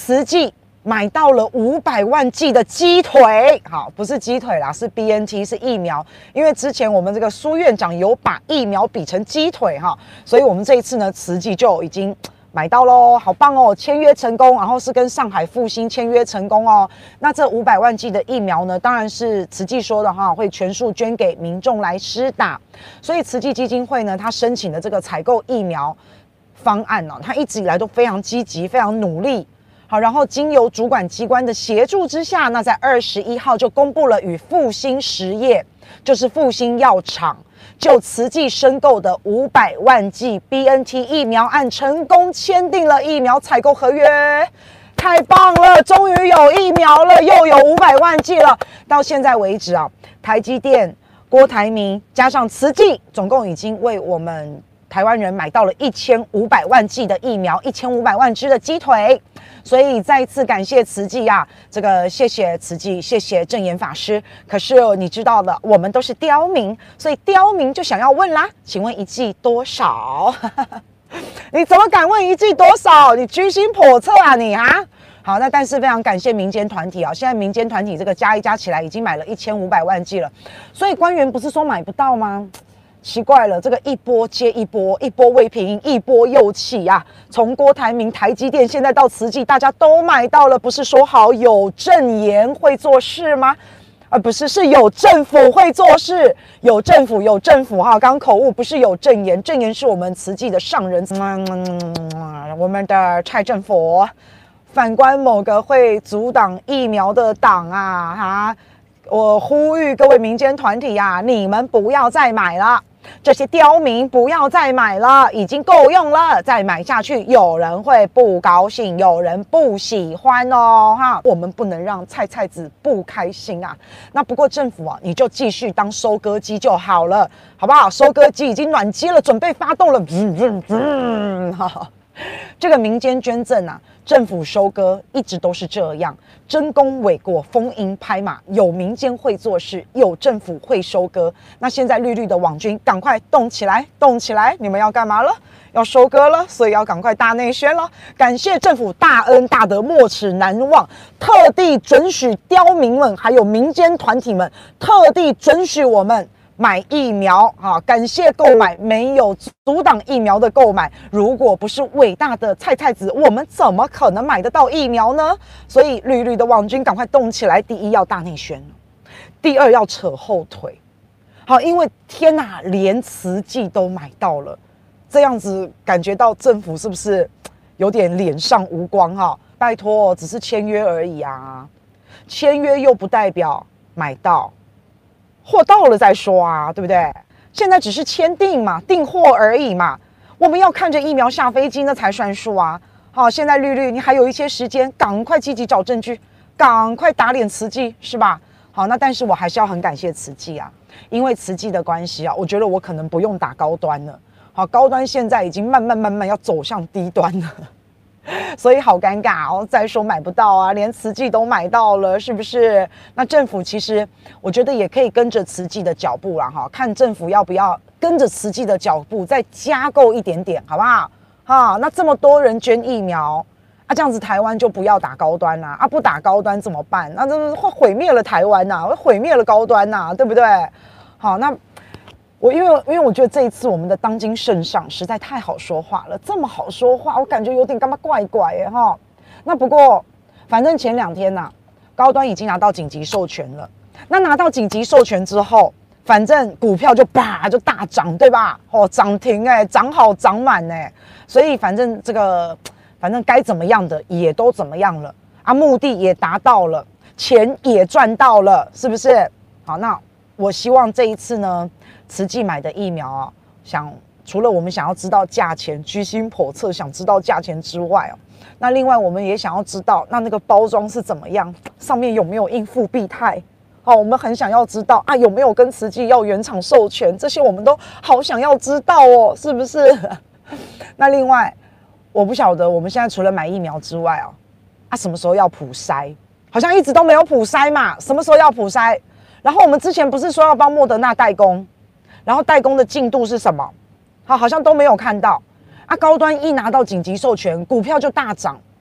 慈济买到了500万剂的鸡腿，好，不是鸡腿啦，是 BNT， 是疫苗。因为之前我们这个苏院长有把疫苗比成鸡腿哈，所以我们这一次呢，慈济就已经买到喽，好棒哦！签约成功，然后是跟上海复兴签约成功哦。那这500万剂的疫苗呢，当然是慈济说的哈，会全数捐给民众来施打。所以慈济基金会呢，他申请的这个采购疫苗方案呢，他一直以来都非常积极，非常努力。好，然后经由主管机关的协助之下，那在21号就公布了与复兴实业，就是复兴药厂，就慈济申购的500万剂 BNT 疫苗案成功签订了疫苗采购合约，太棒了！终于有疫苗了，又有500万剂了。到现在为止啊，台积电、郭台铭加上慈济，总共已经为我们台湾人买到了1500万剂的疫苗，1500万只的鸡腿。所以再一次感谢慈济啊，这个谢谢慈济，谢谢证严法师。可是你知道的，我们都是刁民，所以刁民就想要问啦，请问一剂多少？你怎么敢问一剂多少？你居心叵测啊你啊！好，那但是非常感谢民间团体啊，现在民间团体这个加一加起来已经买了1500万剂了，所以官员不是说买不到吗？奇怪了，这个一波接一波，一波未平，一波又起啊！从郭台铭、台积电，现在到慈济，大家都买到了，不是说好有证言会做事吗？不是，是有政府会做事，有政府哈！刚刚口误，不是有证言，证言是我们慈济的上人，我们的蔡政府。反观某个会阻挡疫苗的党啊，我呼吁各位民间团体啊，你们不要再买了。这些刁民不要再买了，已经够用了，再买下去有人会不高兴，有人不喜欢哦哈，我们不能让菜子不开心啊。那不过政府啊，你就继续当收割机就好了，好不好？收割机已经暖机了，准备发动了，好。这个民间捐赠啊，政府收割一直都是这样，争功诿过，丰盈拍马，有民间会做事，有政府会收割。那现在绿绿的网军赶快动起来，动起来！你们要干嘛了？要收割了，所以要赶快大内宣了。感谢政府大恩大德，没齿难忘，特地准许刁民们还有民间团体们，特地准许我们买疫苗啊！感谢购买，没有阻挡疫苗的购买。如果不是伟大的蔡子，我们怎么可能买得到疫苗呢？所以绿绿的网军赶快动起来！第一要大内宣，第二要扯后腿。好，因为天哪，连慈济都买到了，这样子感觉到政府是不是有点脸上无光哈？拜托，只是签约而已啊，签约又不代表买到。货到了再说啊，对不对？现在只是签订嘛，订货而已嘛。我们要看着疫苗下飞机那才算数啊。好，现在绿绿你还有一些时间，赶快积极找证据，赶快打脸慈济，是吧？好，那但是我还是要很感谢慈济啊，因为慈济的关系啊，我觉得我可能不用打高端了。好，高端现在已经慢慢要走向低端了。所以好尴尬哦！再说买不到啊，连慈济都买到了，是不是？那政府其实我觉得也可以跟着慈济的脚步啦，哈，看政府要不要跟着慈济的脚步再加购一点点，好不好？哈，那这么多人捐疫苗啊，这样子台湾就不要打高端啦，不打高端怎么办？那这会毁灭了台湾呐，会毁灭了高端呐，对不对？好，那。因为我觉得这一次我们的当今圣上实在太好说话了，这么好说话，我感觉有点干嘛怪怪耶哈。那不过反正前2天呐，高端已经拿到紧急授权了。那拿到紧急授权之后，反正股票就啪就大涨，对吧？哦，涨停涨好涨满所以反正该怎么样的也都怎么样了啊，目的也达到了，钱也赚到了，是不是？好，那我希望这一次呢。慈济买的疫苗啊，除了我们想要知道价钱，居心叵测想知道价钱之外那另外我们也想要知道那个包装是怎么样，上面有没有印复必泰，我们很想要知道啊，有没有跟慈济要原厂授权，这些我们都好想要知道哦，是不是？那另外我不晓得我们现在除了买疫苗之外什么时候要普筛？好像一直都没有普筛嘛，什么时候要普筛？然后我们之前不是说要帮莫德纳代工？然后代工的进度是什么？好像都没有看到高端一拿到紧急授权，股票就大涨。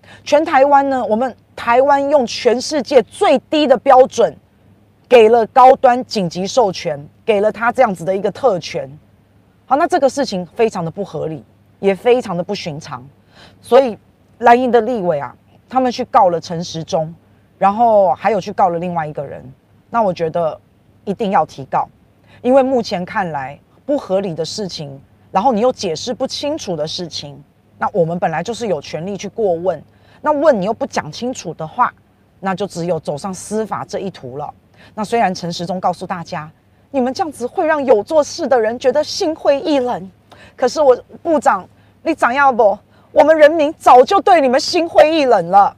全台湾呢，我们台湾用全世界最低的标准，给了高端紧急授权，给了他这样子的一个特权。好，那这个事情非常的不合理，也非常的不寻常，所以蓝营的立委啊，他们去告了陈时中，然后还有去告了另外一个人。那我觉得一定要提告，因为目前看来不合理的事情，然后你又解释不清楚的事情，那我们本来就是有权利去过问，那问你又不讲清楚的话，那就只有走上司法这一途了。那虽然陈时中告诉大家，你们这样子会让有做事的人觉得心灰意冷，可是我部长，你怎样不？我们人民早就对你们心灰意冷了。